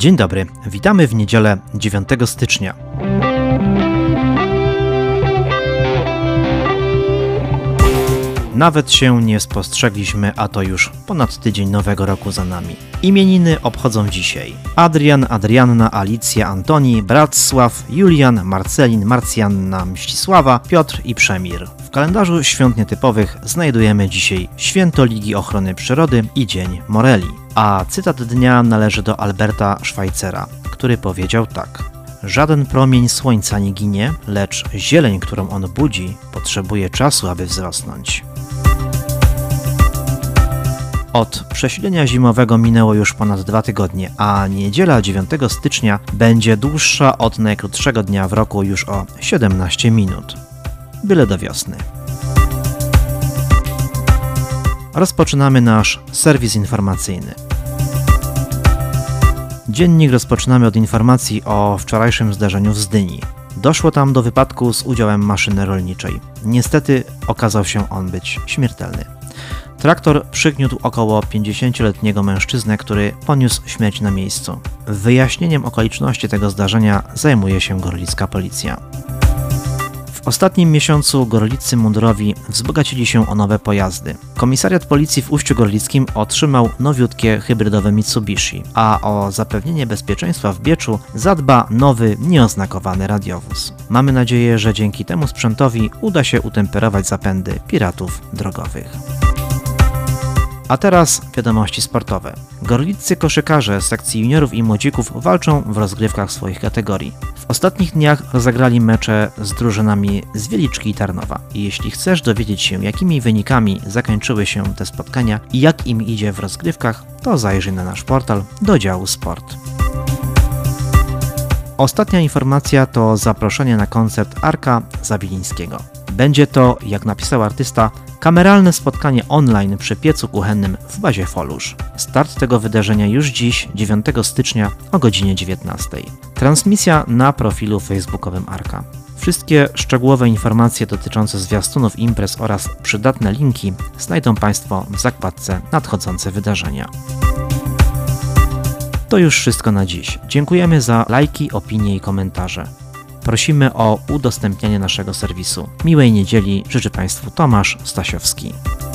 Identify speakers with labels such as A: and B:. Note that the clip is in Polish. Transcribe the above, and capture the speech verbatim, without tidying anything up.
A: Dzień dobry, witamy w niedzielę dziewiątego stycznia. Nawet się nie spostrzegliśmy, a to już ponad tydzień nowego roku za nami. Imieniny obchodzą dzisiaj Adrian, Adrianna, Alicja, Antoni, Bracław, Julian, Marcelin, Marcjanna, Mścisława, Piotr i Przemir. W kalendarzu świąt nietypowych znajdujemy dzisiaj Święto Ligi Ochrony Przyrody i Dzień Moreli. A cytat dnia należy do Alberta Schweitzera, który powiedział tak: żaden promień słońca nie ginie, lecz zieleń, którą on budzi, potrzebuje czasu, aby wzrosnąć. Od przesilenia zimowego minęło już ponad dwa tygodnie, a niedziela dziewiątego stycznia będzie dłuższa od najkrótszego dnia w roku już o siedemnaście minut. Byle do wiosny. Rozpoczynamy nasz serwis informacyjny. Dziennik rozpoczynamy od informacji o wczorajszym zdarzeniu w Zdyni. Doszło tam do wypadku z udziałem maszyny rolniczej. Niestety okazał się on być śmiertelny. Traktor przygniótł około pięćdziesięcioletniego mężczyznę, który poniósł śmierć na miejscu. Wyjaśnieniem okoliczności tego zdarzenia zajmuje się gorlicka policja. W ostatnim miesiącu gorlicy mundurowi wzbogacili się o nowe pojazdy. Komisariat Policji w Uściu Gorlickim otrzymał nowiutkie hybrydowe Mitsubishi, a o zapewnienie bezpieczeństwa w Bieczu zadba nowy, nieoznakowany radiowóz. Mamy nadzieję, że dzięki temu sprzętowi uda się utemperować zapędy piratów drogowych. A teraz wiadomości sportowe. Gorliccy koszykarze z sekcji juniorów i młodzików walczą w rozgrywkach swoich kategorii. W ostatnich dniach rozegrali mecze z drużynami z Wieliczki i Tarnowa. I jeśli chcesz dowiedzieć się, jakimi wynikami zakończyły się te spotkania i jak im idzie w rozgrywkach, to zajrzyj na nasz portal do działu Sport. Ostatnia informacja to zaproszenie na koncert Arka Zabilińskiego. Będzie to, jak napisał artysta, kameralne spotkanie online przy piecu kuchennym w bazie Folusz. Start tego wydarzenia już dziś, dziewiątego stycznia o godzinie dziewiętnastej. Transmisja na profilu facebookowym Arka. Wszystkie szczegółowe informacje dotyczące zwiastunów imprez oraz przydatne linki znajdą Państwo w zakładce Nadchodzące wydarzenia. To już wszystko na dziś. Dziękujemy za lajki, opinie i komentarze. Prosimy o udostępnianie naszego serwisu. Miłej niedzieli życzy Państwu Tomasz Stasiowski.